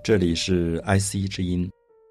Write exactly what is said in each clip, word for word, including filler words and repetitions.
这里是 I C 之音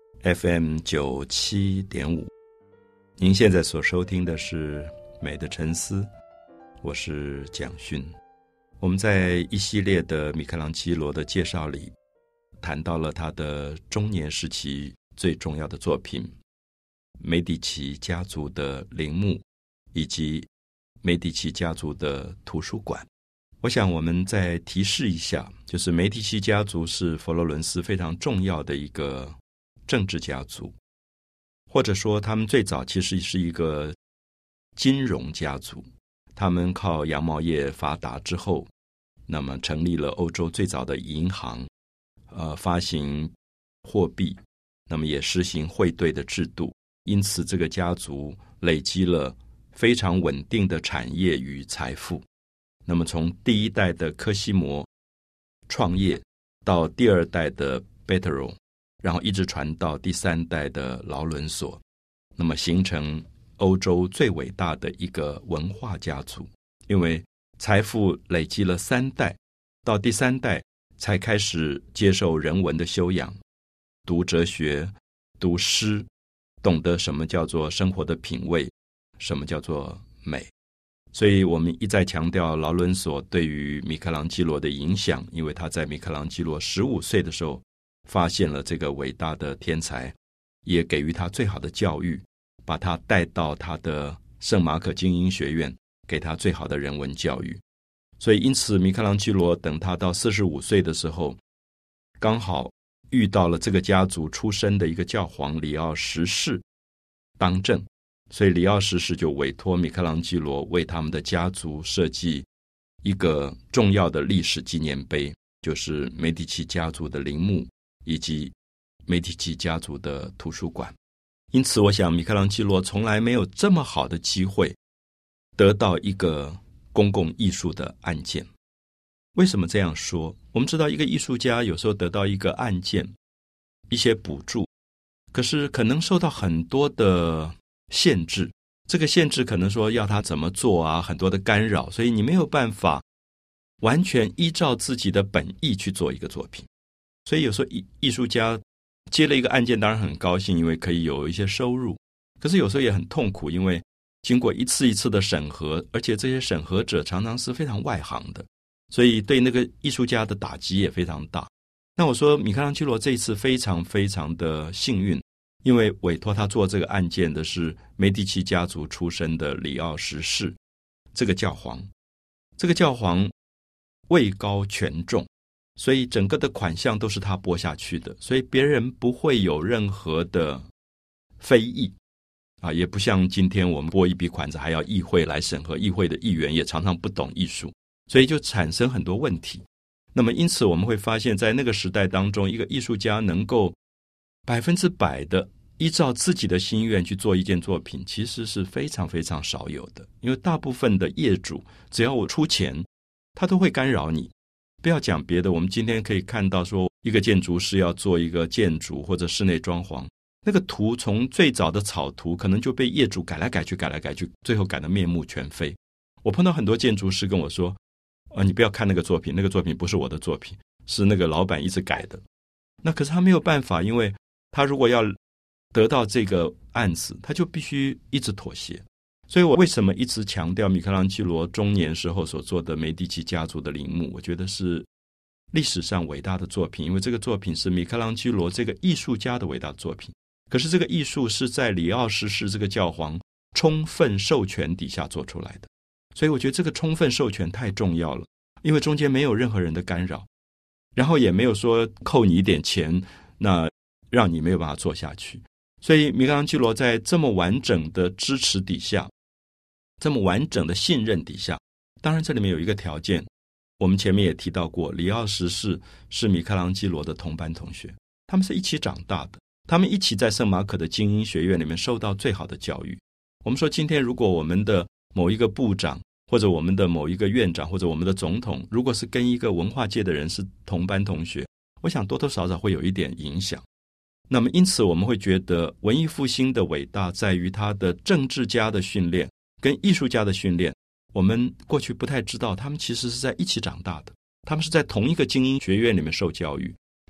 F M 九七点五，您现在所收听的是美的沉思，我是蒋勋。我们在一系列的米开朗基罗的介绍里，谈到了他的中年时期最重要的作品梅第奇家族的陵墓，以及梅第奇家族的图书馆。我想我们再提示一下，就是梅第奇家族是佛罗伦斯非常重要的一个政治家族，或者说他们最早其实是一个金融家族。他们靠羊毛业发达之后，那么成立了欧洲最早的银行，呃，发行货币，那么也实行汇兑的制度。因此这个家族累积了非常稳定的产业与财富。那么从第一代的科西摩创业到第二代的贝特罗，然后一直传到第三代的劳伦索，那么形成欧洲最伟大的一个文化家族。因为财富累积了三代，到第三代才开始接受人文的修养，读哲学，读诗，懂得什么叫做生活的品味，什么叫做美。所以我们一再强调劳伦索对于米开朗基罗的影响，因为他在米开朗基罗十五岁的时候发现了这个伟大的天才，也给予他最好的教育，把他带到他的圣马可精英学院，给他最好的人文教育。所以因此米开朗基罗等他到四十五岁的时候，刚好遇到了这个家族出身的一个教皇里奥十世当政，所以里奥十世就委托米开朗基罗为他们的家族设计一个重要的历史纪念碑，就是梅第奇家族的陵墓以及梅第奇家族的图书馆。因此我想米开朗基罗从来没有这么好的机会得到一个公共艺术的案件。为什么这样说？我们知道一个艺术家有时候得到一个案件，一些补助，可是可能受到很多的限制，这个限制可能说要他怎么做啊，很多的干扰，所以你没有办法完全依照自己的本意去做一个作品。所以有时候艺艺术家接了一个案件，当然很高兴，因为可以有一些收入，可是有时候也很痛苦，因为经过一次一次的审核，而且这些审核者常常是非常外行的，所以对那个艺术家的打击也非常大。那我说米开朗基罗这一次非常非常的幸运，因为委托他做这个案件的是梅第奇家族出身的里奥十世这个教皇。这个教皇位高权重，所以整个的款项都是他拨下去的，所以别人不会有任何的非议啊，也不像今天我们拨一笔款子还要议会来审核，议会的议员也常常不懂艺术，所以就产生很多问题。那么因此我们会发现，在那个时代当中，一个艺术家能够百分之百的依照自己的心愿去做一件作品，其实是非常非常少有的。因为大部分的业主只要我出钱，他都会干扰你。不要讲别的，我们今天可以看到说，一个建筑师要做一个建筑或者室内装潢，那个图从最早的草图可能就被业主改来改去改来改去，最后改得面目全非。我碰到很多建筑师跟我说，啊，你不要看那个作品，那个作品不是我的作品，是那个老板一直改的。那可是他没有办法，因为他如果要得到这个案子，他就必须一直妥协。所以我为什么一直强调米开朗基罗中年时候所做的梅第奇家族的陵墓，我觉得是历史上伟大的作品，因为这个作品是米开朗基罗这个艺术家的伟大的作品。可是这个艺术是在里奥十世这个教皇充分授权底下做出来的，所以我觉得这个充分授权太重要了，因为中间没有任何人的干扰，然后也没有说扣你一点钱，那让你没有办法做下去。所以米开朗基罗在这么完整的支持底下，这么完整的信任底下，当然这里面有一个条件，我们前面也提到过，里奥十世是米开朗基罗的同班同学，他们是一起长大的，他们一起在圣马可的精英学院里面受到最好的教育。我们说今天如果我们的某一个部长，或者我们的某一个院长，或者我们的总统，如果是跟一个文化界的人是同班同学，我想多多少少会有一点影响。那么因此我们会觉得文艺复兴的伟大在于他的政治家的训练跟艺术家的训练，我们过去不太知道他们其实是在一起长大的，他们是在同一个精英学院里面受教育，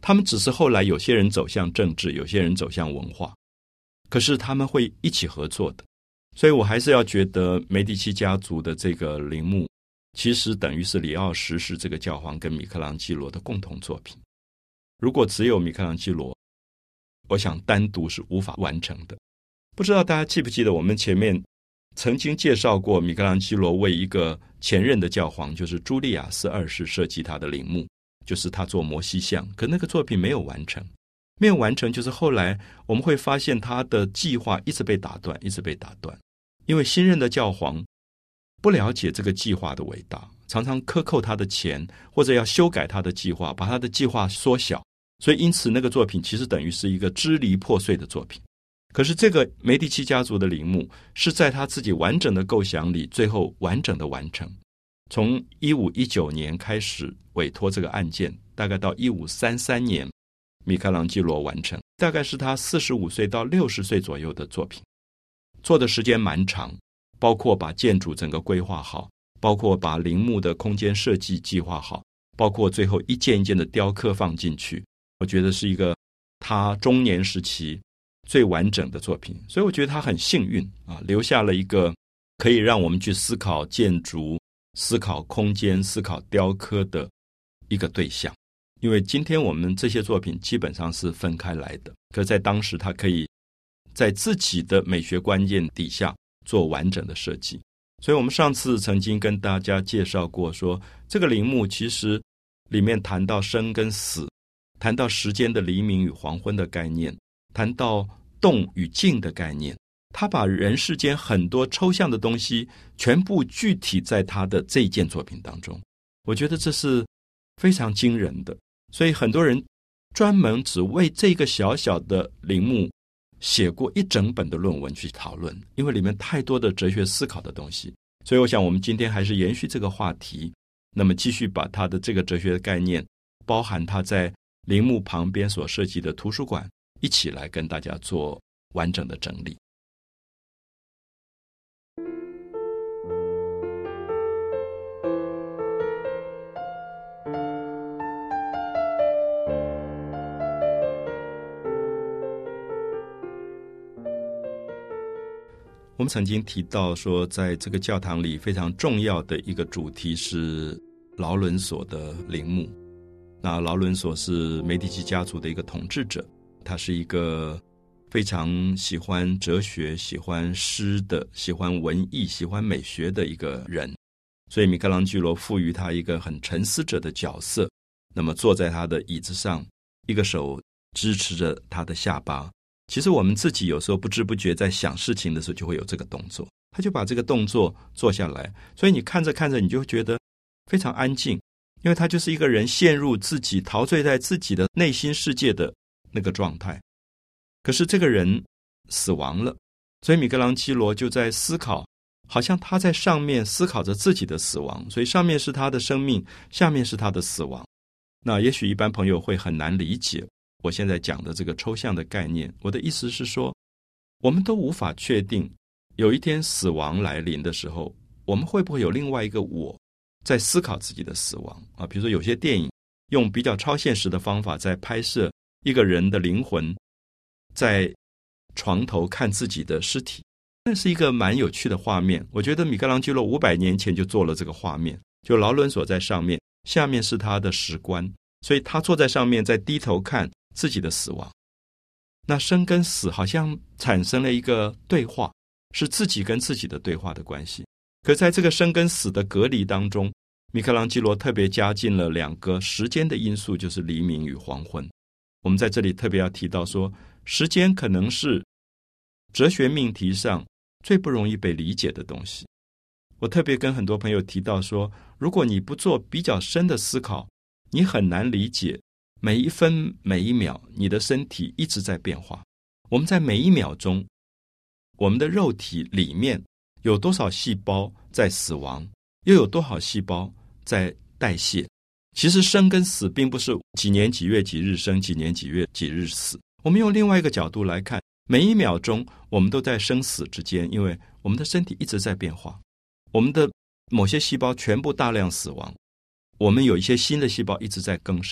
他们只是后来有些人走向政治，有些人走向文化，可是他们会一起合作的。所以我还是要觉得梅第奇家族的这个陵墓其实等于是里奥十世这个教皇跟米开朗基罗的共同作品。如果只有米开朗基罗，我想单独是无法完成的。不知道大家记不记得我们前面曾经介绍过米开朗基罗为一个前任的教皇，就是朱利亚斯二世设计他的陵墓，就是他做摩西像，可那个作品没有完成。没有完成就是后来我们会发现他的计划一直被打断，一直被打断，因为新任的教皇不了解这个计划的伟大，常常克扣他的钱，或者要修改他的计划，把他的计划缩小，所以因此那个作品其实等于是一个支离破碎的作品。可是这个梅第奇家族的陵墓是在他自己完整的构想里最后完整的完成。从一五一九年开始委托这个案件，大概到一五三三年米开朗基罗完成，大概是他四十五岁到六十岁左右的作品，做的时间蛮长，包括把建筑整个规划好，包括把陵墓的空间设计计划好，包括最后一件一件的雕刻放进去。我觉得是一个他中年时期最完整的作品，所以我觉得他很幸运啊，留下了一个可以让我们去思考建筑、思考空间、思考雕刻的一个对象。因为今天我们这些作品基本上是分开来的，可在当时他可以在自己的美学观念底下做完整的设计。所以我们上次曾经跟大家介绍过说，这个陵墓其实里面谈到生跟死，谈到时间的黎明与黄昏的概念，谈到动与静的概念，他把人世间很多抽象的东西全部具体在他的这一件作品当中。我觉得这是非常惊人的，所以很多人专门只为这个小小的陵墓写过一整本的论文去讨论，因为里面太多的哲学思考的东西。所以我想我们今天还是延续这个话题，那么继续把他的这个哲学的概念，包含他在陵墓旁边所设计的图书馆，一起来跟大家做完整的整理。我们曾经提到说，在这个教堂里非常重要的一个主题是劳伦索的陵墓。那劳伦索是梅第奇家族的一个统治者，他是一个非常喜欢哲学、喜欢诗的、喜欢文艺、喜欢美学的一个人，所以米开朗基罗赋予他一个很沉思者的角色，那么坐在他的椅子上，一个手支持着他的下巴。其实我们自己有时候不知不觉在想事情的时候就会有这个动作，他就把这个动作做下来，所以你看着看着你就觉得非常安静，因为他就是一个人陷入自己陶醉在自己的内心世界的那个状态。可是这个人死亡了，所以米开朗基罗就在思考，好像他在上面思考着自己的死亡，所以上面是他的生命，下面是他的死亡。那也许一般朋友会很难理解我现在讲的这个抽象的概念。我的意思是说，我们都无法确定有一天死亡来临的时候，我们会不会有另外一个我在思考自己的死亡啊？比如说有些电影用比较超现实的方法在拍摄一个人的灵魂在床头看自己的尸体，那是一个蛮有趣的画面。我觉得米开朗基罗五百年前就做了这个画面，就劳伦索在上面，下面是他的史官，所以他坐在上面在低头看自己的死亡。那生跟死好像产生了一个对话，是自己跟自己的对话的关系。可在这个生跟死的隔离当中，米开朗基罗特别加进了两个时间的因素，就是黎明与黄昏。我们在这里特别要提到说，时间可能是哲学命题上最不容易被理解的东西。我特别跟很多朋友提到说，如果你不做比较深的思考，你很难理解每一分每一秒你的身体一直在变化。我们在每一秒钟，我们的肉体里面有多少细胞在死亡，又有多少细胞在代谢。其实生跟死并不是几年几月几日生，几年几月几日死。我们用另外一个角度来看，每一秒钟我们都在生死之间，因为我们的身体一直在变化，我们的某些细胞全部大量死亡，我们有一些新的细胞一直在更生。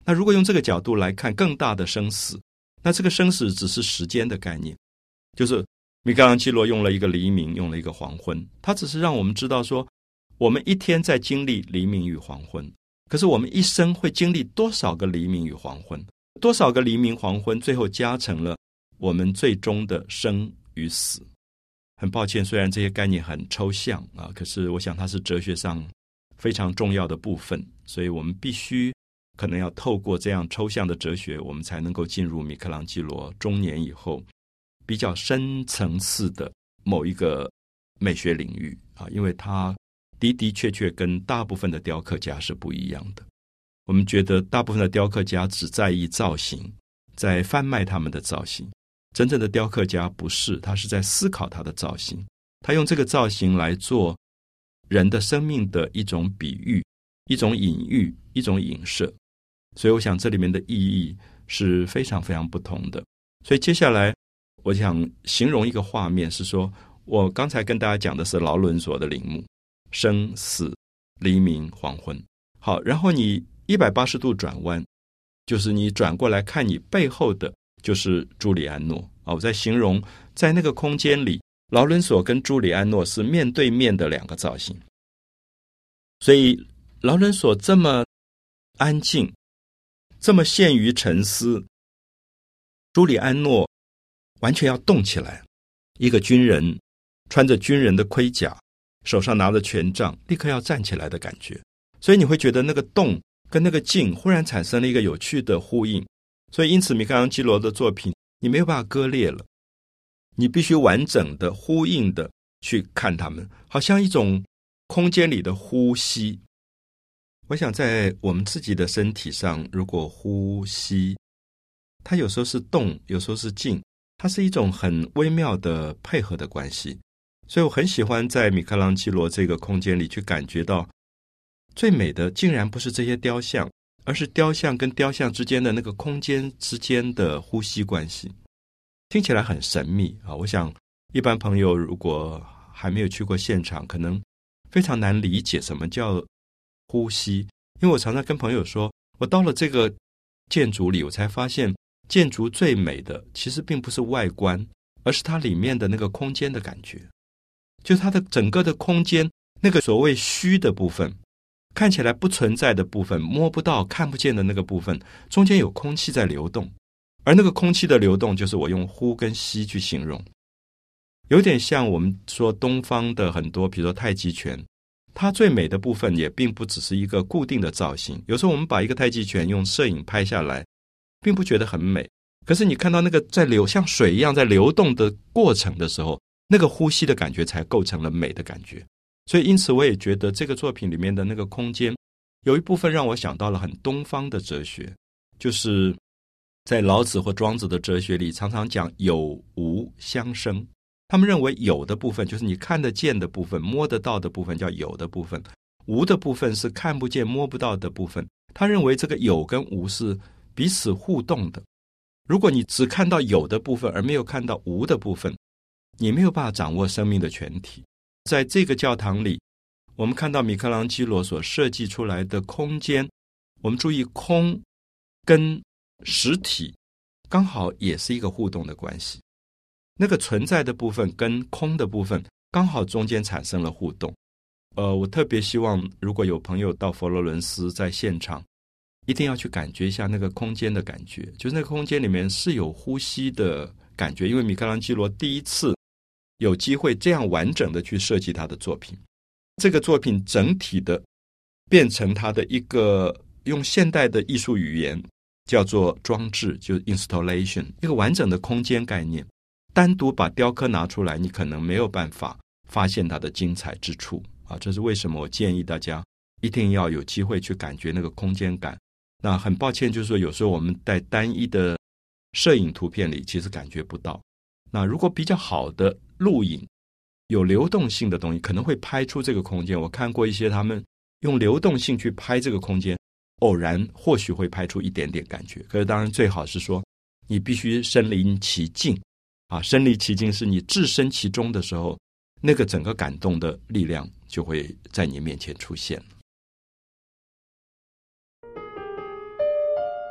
那如果用这个角度来看更大的生死，那这个生死只是时间的概念，就是米开朗基罗用了一个黎明，用了一个黄昏，他只是让我们知道说，我们一天在经历黎明与黄昏，可是我们一生会经历多少个黎明与黄昏，多少个黎明黄昏，最后加成了我们最终的生与死。很抱歉，虽然这些概念很抽象啊，可是我想它是哲学上非常重要的部分，所以我们必须可能要透过这样抽象的哲学，我们才能够进入米开朗基罗中年以后比较深层次的某一个美学领域啊，因为他的的确确跟大部分的雕刻家是不一样的。我们觉得大部分的雕刻家只在意造型，在贩卖他们的造型，真正的雕刻家不是，他是在思考他的造型，他用这个造型来做人的生命的一种比喻，一种隐喻，一种影射。所以我想这里面的意义是非常非常不同的。所以接下来我想形容一个画面，是说我刚才跟大家讲的是劳伦索的陵墓，生死黎明黄昏。好，然后你一百八十度转弯，就是你转过来看你背后的就是朱里安诺啊。我在形容在那个空间里，劳伦索跟朱里安诺是面对面的两个造型。所以劳伦索这么安静，这么陷于沉思，朱里安诺完全要动起来，一个军人穿着军人的盔甲，手上拿着权杖，立刻要站起来的感觉。所以你会觉得那个动跟那个静忽然产生了一个有趣的呼应。所以因此米开朗基罗的作品你没有办法割裂了，你必须完整的呼应的去看它们，好像一种空间里的呼吸。我想在我们自己的身体上，如果呼吸，它有时候是动，有时候是静，它是一种很微妙的配合的关系。所以我很喜欢在米开朗基罗这个空间里去感觉到，最美的竟然不是这些雕像，而是雕像跟雕像之间的那个空间之间的呼吸关系。听起来很神秘啊！我想一般朋友如果还没有去过现场，可能非常难理解什么叫呼吸。因为我常常跟朋友说，我到了这个建筑里，我才发现建筑最美的其实并不是外观，而是它里面的那个空间的感觉。就是它的整个的空间，那个所谓虚的部分，看起来不存在的部分，摸不到看不见的那个部分，中间有空气在流动，而那个空气的流动就是我用呼跟吸去形容。有点像我们说东方的很多比如说太极拳，它最美的部分也并不只是一个固定的造型。有时候我们把一个太极拳用摄影拍下来，并不觉得很美，可是你看到那个在流像水一样在流动的过程的时候，那个呼吸的感觉才构成了美的感觉。所以因此我也觉得这个作品里面的那个空间有一部分让我想到了很东方的哲学，就是在老子或庄子的哲学里常常讲有无相生。他们认为有的部分就是你看得见的部分，摸得到的部分叫有的部分，无的部分是看不见摸不到的部分。他认为这个有跟无是彼此互动的。如果你只看到有的部分而没有看到无的部分，你没有办法掌握生命的全体。在这个教堂里，我们看到米开朗基罗所设计出来的空间，我们注意空跟实体刚好也是一个互动的关系。那个存在的部分跟空的部分刚好中间产生了互动。呃，我特别希望如果有朋友到佛罗伦斯在现场，一定要去感觉一下那个空间的感觉，就是那个空间里面是有呼吸的感觉。因为米开朗基罗第一次有机会这样完整的去设计他的作品，这个作品整体的变成他的一个用现代的艺术语言叫做装置，就是 installation， 一个完整的空间概念。单独把雕刻拿出来，你可能没有办法发现它的精彩之处啊！这是为什么我建议大家一定要有机会去感觉那个空间感。那很抱歉，就是说有时候我们在单一的摄影图片里其实感觉不到。那如果比较好的录影，有流动性的东西，可能会拍出这个空间。我看过一些他们用流动性去拍这个空间，偶然或许会拍出一点点感觉。可是当然最好是说你必须身临其境啊，身临其境是你置身其中的时候，那个整个感动的力量就会在你面前出现。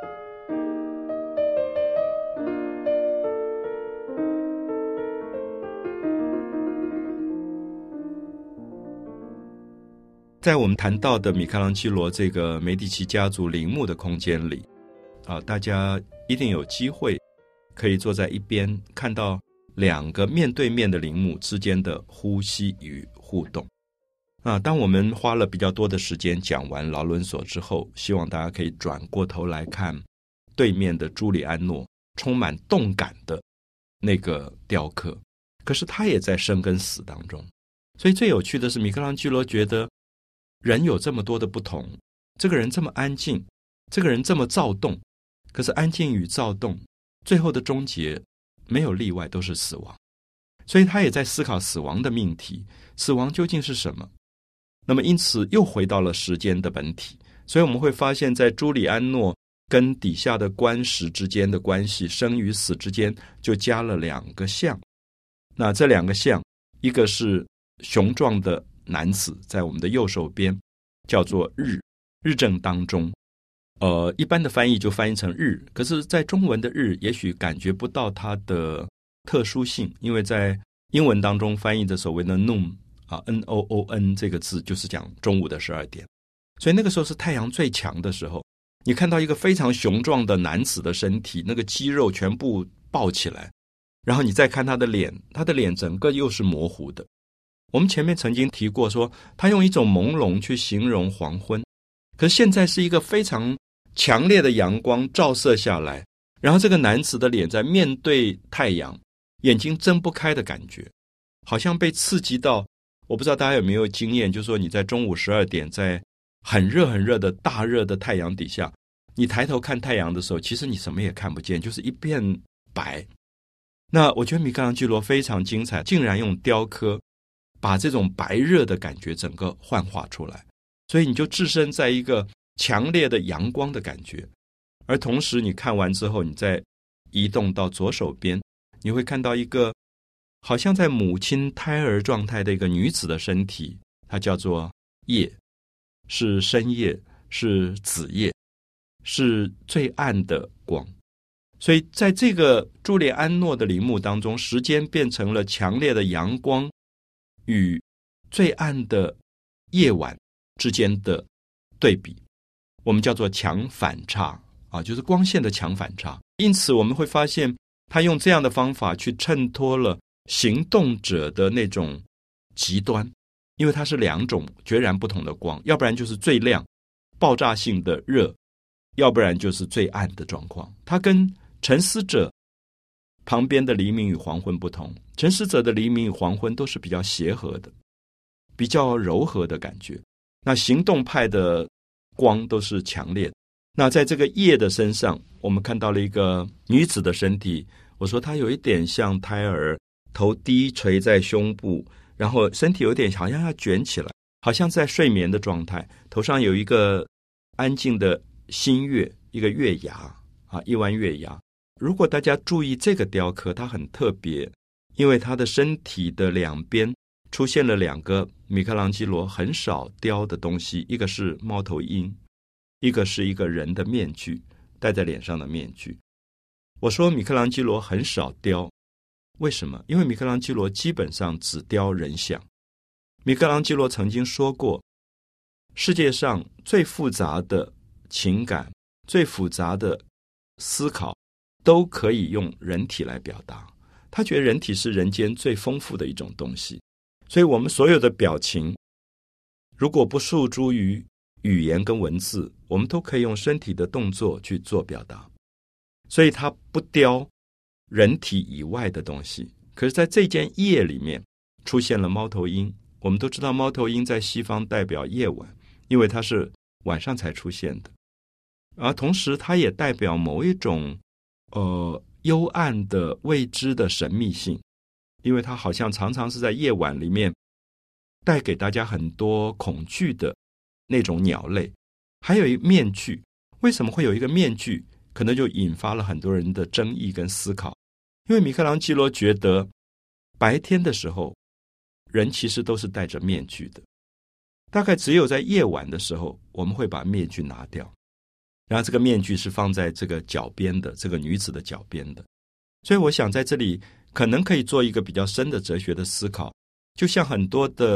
在我们谈到的米开朗基罗这个梅第奇家族陵墓的空间里啊，大家一定有机会可以坐在一边，看到两个面对面的陵墓之间的呼吸与互动啊。当我们花了比较多的时间讲完劳伦索之后，希望大家可以转过头来看对面的朱利安诺充满动感的那个雕刻，可是他也在生跟死当中。所以最有趣的是，米开朗基罗觉得人有这么多的不同，这个人这么安静，这个人这么躁动，可是安静与躁动最后的终结没有例外，都是死亡。所以他也在思考死亡的命题，死亡究竟是什么？那么因此又回到了时间的本体。所以我们会发现，在朱利安诺跟底下的官时之间的关系，生与死之间就加了两个像。那这两个像，一个是雄壮的男子，在我们的右手边，叫做日，日正当中。呃，一般的翻译就翻译成日，可是在中文的日也许感觉不到它的特殊性，因为在英文当中翻译的所谓的 noon 啊 N O O N 这个字就是讲中午的十二点，所以那个时候是太阳最强的时候，你看到一个非常雄壮的男子的身体，那个肌肉全部爆起来，然后你再看他的脸，他的脸整个又是模糊的。我们前面曾经提过说，他用一种朦胧去形容黄昏，可是现在是一个非常强烈的阳光照射下来，然后这个男子的脸在面对太阳，眼睛睁不开的感觉，好像被刺激到。我不知道大家有没有经验，就是说你在中午十二点，在很热很热的大热的太阳底下，你抬头看太阳的时候，其实你什么也看不见，就是一片白。那我觉得米开朗基罗非常精彩，竟然用雕刻把这种白热的感觉整个幻化出来，所以你就置身在一个强烈的阳光的感觉。而同时你看完之后，你再移动到左手边，你会看到一个好像在母亲胎儿状态的一个女子的身体，它叫做夜，是深夜，是子夜，是最暗的光。所以在这个朱利安诺的陵墓当中，时间变成了强烈的阳光与最暗的夜晚之间的对比，我们叫做强反差啊，就是光线的强反差。因此我们会发现他用这样的方法去衬托了行动者的那种极端，因为它是两种截然不同的光，要不然就是最亮爆炸性的热，要不然就是最暗的状况。它跟沉思者旁边的黎明与黄昏不同，沉思者的黎明与黄昏都是比较协和的，比较柔和的感觉，那行动派的光都是强烈的。那在这个夜的身上，我们看到了一个女子的身体，我说她有一点像胎儿，头低垂在胸部，然后身体有点好像要卷起来，好像在睡眠的状态，头上有一个安静的新月，一个月牙啊，一弯月牙。如果大家注意这个雕刻，它很特别，因为它的身体的两边出现了两个米开朗基罗很少雕的东西，一个是猫头鹰，一个是一个人的面具，戴在脸上的面具。我说米开朗基罗很少雕，为什么？因为米开朗基罗基本上只雕人像。米开朗基罗曾经说过，世界上最复杂的情感，最复杂的思考都可以用人体来表达。他觉得人体是人间最丰富的一种东西，所以我们所有的表情如果不诉诸于语言跟文字，我们都可以用身体的动作去做表达。所以他不雕人体以外的东西。可是在这间夜里面出现了猫头鹰，我们都知道猫头鹰在西方代表夜晚，因为它是晚上才出现的，而同时它也代表某一种呃幽暗的未知的神秘性，因为它好像常常是在夜晚里面带给大家很多恐惧的那种鸟类。还有一面具，为什么会有一个面具，可能就引发了很多人的争议跟思考。因为米开朗基罗觉得白天的时候人其实都是戴着面具的，大概只有在夜晚的时候我们会把面具拿掉，然后这个面具是放在这个脚边的，这个女子的脚边的。所以我想在这里可能可以做一个比较深的哲学的思考，就像很多的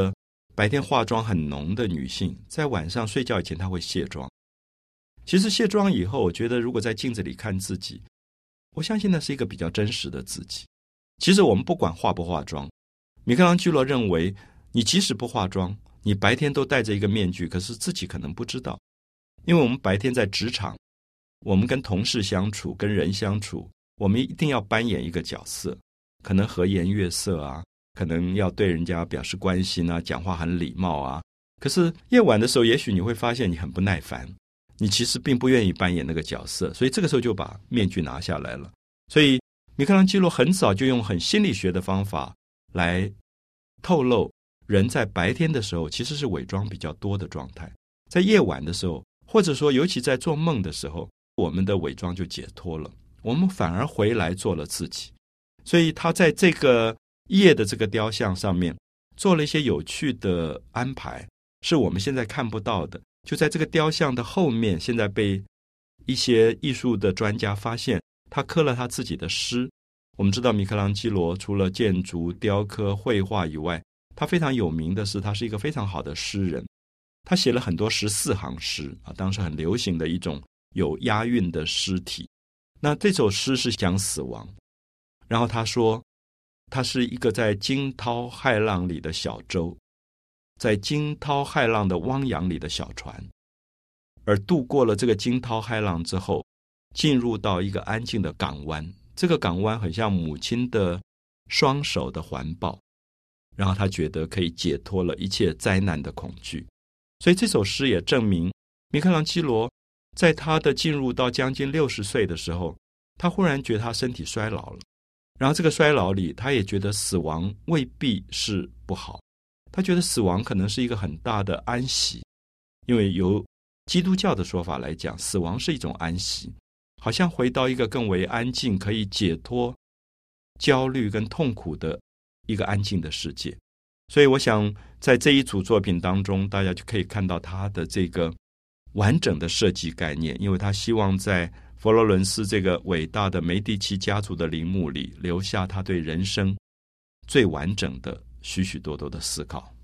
白天化妆很浓的女性，在晚上睡觉以前她会卸妆。其实卸妆以后，我觉得如果在镜子里看自己，我相信那是一个比较真实的自己。其实我们不管化不化妆，米开朗基罗认为，你即使不化妆，你白天都戴着一个面具，可是自己可能不知道。因为我们白天在职场，我们跟同事相处，跟人相处，我们一定要扮演一个角色，可能和颜悦色啊，可能要对人家表示关心啊，讲话很礼貌啊。可是夜晚的时候，也许你会发现你很不耐烦，你其实并不愿意扮演那个角色，所以这个时候就把面具拿下来了。所以米开朗基罗很早就用很心理学的方法来透露，人在白天的时候其实是伪装比较多的状态，在夜晚的时候，或者说尤其在做梦的时候，我们的伪装就解脱了，我们反而回来做了自己。所以他在这个夜的这个雕像上面做了一些有趣的安排，是我们现在看不到的。就在这个雕像的后面，现在被一些艺术的专家发现，他刻了他自己的诗。我们知道米开朗基罗除了建筑、雕刻、绘画以外，他非常有名的是他是一个非常好的诗人。他写了很多十四行诗啊，当时很流行的一种有押韵的诗体。那这首诗是讲死亡，然后他说他是一个在惊涛骇浪里的小舟，在惊涛骇浪的汪洋里的小船，而渡过了这个惊涛骇浪之后，进入到一个安静的港湾。这个港湾很像母亲的双手的环抱，然后他觉得可以解脱了一切灾难的恐惧。所以这首诗也证明米开朗基罗在他的进入到将近六十岁的时候，他忽然觉得他身体衰老了，然后这个衰老里，他也觉得死亡未必是不好，他觉得死亡可能是一个很大的安息。因为由基督教的说法来讲，死亡是一种安息，好像回到一个更为安静，可以解脱焦虑跟痛苦的一个安静的世界。所以我想在这一组作品当中，大家就可以看到他的这个完整的设计概念，因为他希望在佛罗伦斯这个伟大的梅第奇家族的陵墓里留下他对人生最完整的许许多多的思考。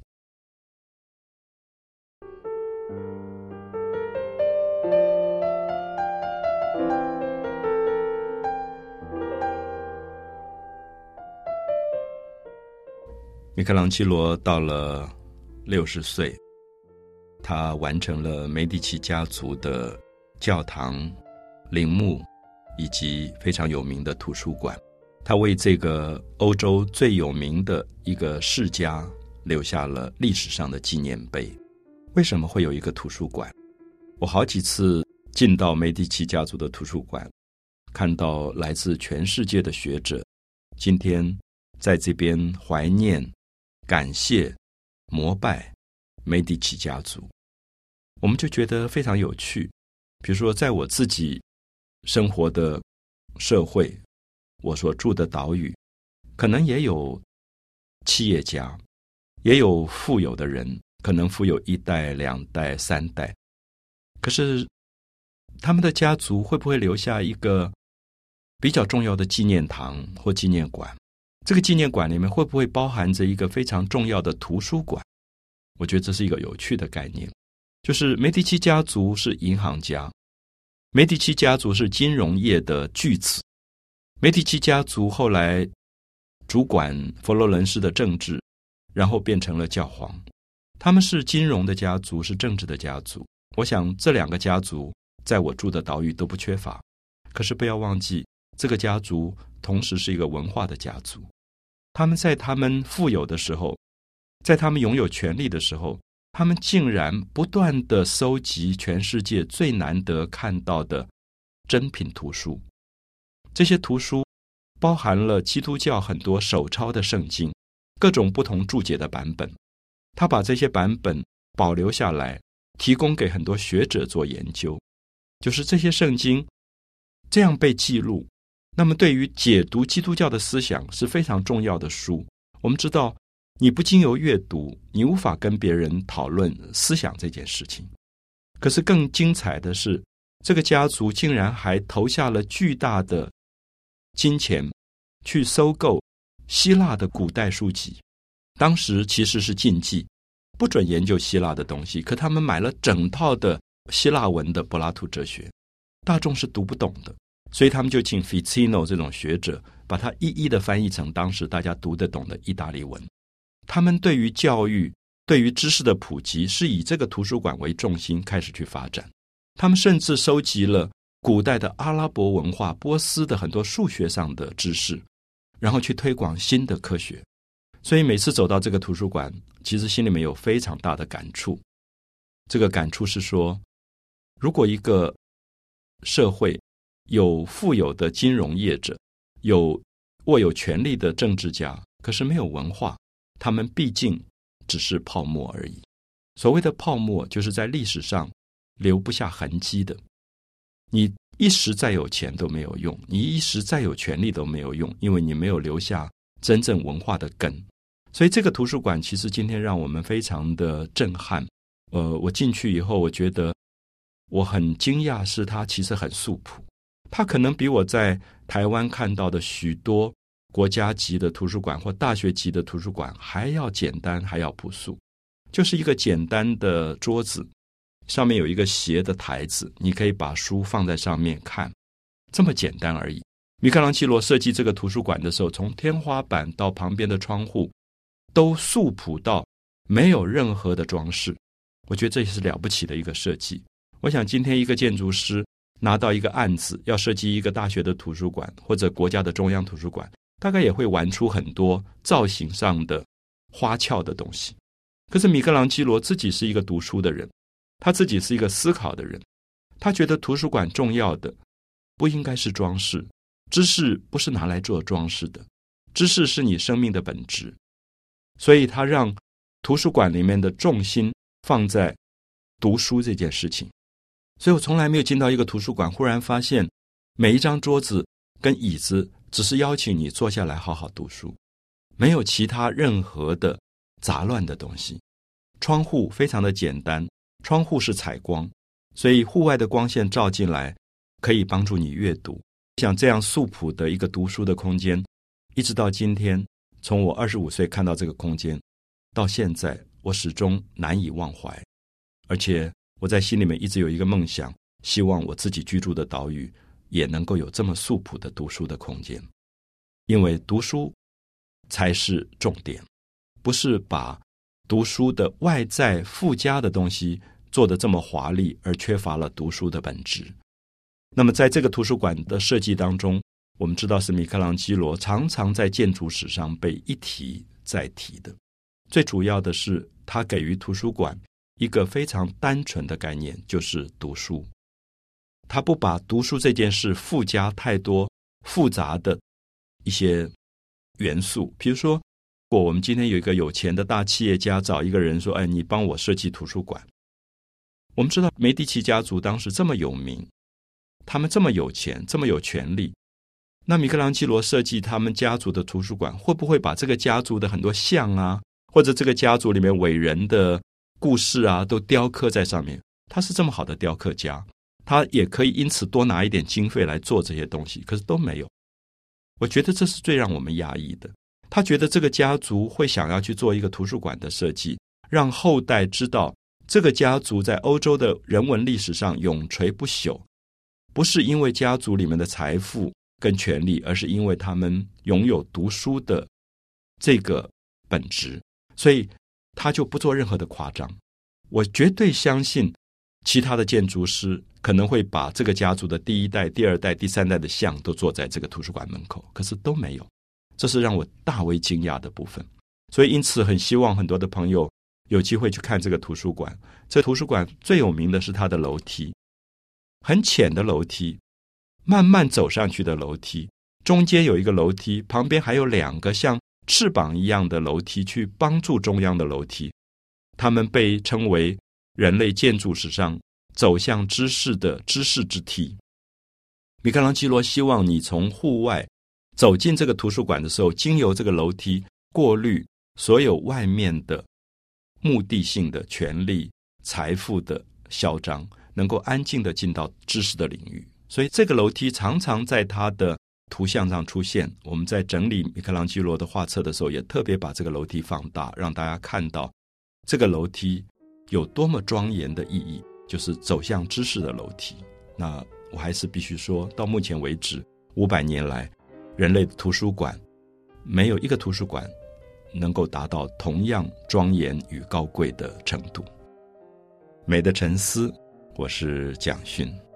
米开朗基罗到了六十岁，他完成了梅第奇家族的教堂、陵墓以及非常有名的图书馆。他为这个欧洲最有名的一个世家留下了历史上的纪念碑。为什么会有一个图书馆？我好几次进到梅第奇家族的图书馆，看到来自全世界的学者今天在这边怀念、感谢、膜拜梅第奇家族，我们就觉得非常有趣。比如说在我自己生活的社会，我所住的岛屿，可能也有企业家，也有富有的人，可能富有一代、两代、三代，可是他们的家族会不会留下一个比较重要的纪念堂或纪念馆？这个纪念馆里面会不会包含着一个非常重要的图书馆？我觉得这是一个有趣的概念。就是梅第奇家族是银行家，梅第奇家族是金融业的巨子，梅第奇家族后来主管佛罗伦斯的政治，然后变成了教皇。他们是金融的家族，是政治的家族。我想这两个家族在我住的岛屿都不缺乏。可是不要忘记，这个家族同时是一个文化的家族。他们在他们富有的时候，在他们拥有权力的时候，他们竟然不断地搜集全世界最难得看到的珍品图书。这些图书包含了基督教很多手抄的圣经，各种不同注解的版本。他把这些版本保留下来，提供给很多学者做研究。就是这些圣经这样被记录，那么对于解读基督教的思想是非常重要的书。我们知道，你不经由阅读，你无法跟别人讨论思想这件事情。可是更精彩的是，这个家族竟然还投下了巨大的金钱去收购希腊的古代书籍。当时其实是禁忌， 不准研究希腊的东西，可他们买了整套的希腊文的柏拉图哲学，大众是读不懂的，所以他们就请 Ficino 这种学者把它一一的翻译成当时大家读得懂的意大利文。他们对于教育，对于知识的普及是以这个图书馆为重心开始去发展。他们甚至收集了古代的阿拉伯文化，波斯的很多数学上的知识，然后去推广新的科学。所以每次走到这个图书馆，其实心里面有非常大的感触。这个感触是说，如果一个社会有富有的金融业者，有握有权力的政治家，可是没有文化，他们毕竟只是泡沫而已。所谓的泡沫，就是在历史上留不下痕迹的。你一时再有钱都没有用，你一时再有权力都没有用，因为你没有留下真正文化的根。所以这个图书馆其实今天让我们非常的震撼。呃，我进去以后，我觉得我很惊讶，是它其实很素朴。它可能比我在台湾看到的许多国家级的图书馆或大学级的图书馆还要简单，还要朴素。就是一个简单的桌子，上面有一个斜的台子，你可以把书放在上面看，这么简单而已。米开朗基罗设计这个图书馆的时候，从天花板到旁边的窗户都素朴到没有任何的装饰，我觉得这也是了不起的一个设计。我想今天一个建筑师拿到一个案子，要设计一个大学的图书馆或者国家的中央图书馆，大概也会玩出很多造型上的花俏的东西。可是米开朗基罗自己是一个读书的人，他自己是一个思考的人，他觉得图书馆重要的不应该是装饰，知识不是拿来做装饰的，知识是你生命的本质。所以他让图书馆里面的重心放在读书这件事情。所以我从来没有进到一个图书馆，忽然发现每一张桌子跟椅子只是邀请你坐下来好好读书，没有其他任何的杂乱的东西。窗户非常的简单，窗户是采光，所以户外的光线照进来可以帮助你阅读。像这样素朴的一个读书的空间，一直到今天，从我二十五岁看到这个空间到现在，我始终难以忘怀。而且我在心里面一直有一个梦想，希望我自己居住的岛屿也能够有这么素朴的读书的空间。因为读书才是重点，不是把读书的外在附加的东西做得这么华丽，而缺乏了读书的本质。那么在这个图书馆的设计当中，我们知道是米开朗基罗常常在建筑史上被一提再提的。最主要的是他给予图书馆一个非常单纯的概念，就是读书。他不把读书这件事附加太多复杂的一些元素。比如说，如果我们今天有一个有钱的大企业家找一个人说，哎，你帮我设计图书馆。我们知道梅第奇家族当时这么有名，他们这么有钱，这么有权力，那米开朗基罗设计他们家族的图书馆，会不会把这个家族的很多像啊，或者这个家族里面伟人的故事啊，都雕刻在上面？他是这么好的雕刻家，他也可以因此多拿一点经费来做这些东西，可是都没有。我觉得这是最让我们压抑的。他觉得这个家族会想要去做一个图书馆的设计，让后代知道这个家族在欧洲的人文历史上永垂不朽，不是因为家族里面的财富跟权力，而是因为他们拥有读书的这个本质。所以他就不做任何的夸张。我绝对相信其他的建筑师可能会把这个家族的第一代、第二代、第三代的像都坐在这个图书馆门口，可是都没有。这是让我大为惊讶的部分。所以因此很希望很多的朋友有机会去看这个图书馆。这图书馆最有名的是它的楼梯，很浅的楼梯，慢慢走上去的楼梯，中间有一个楼梯，旁边还有两个像翅膀一样的楼梯去帮助中央的楼梯。它们被称为人类建筑史上走向知识的知识之梯。米开朗基罗希望你从户外走进这个图书馆的时候，经由这个楼梯过滤所有外面的目的性的权力、财富的嚣张，能够安静地进到知识的领域。所以这个楼梯常常在他的图像上出现。我们在整理米开朗基罗的画册的时候，也特别把这个楼梯放大，让大家看到这个楼梯有多么庄严的意义，就是走向知识的楼梯。那我还是必须说，到目前为止五百年来，人类的图书馆没有一个图书馆能够达到同样庄严与高贵的程度。美的沉思，我是蒋勋。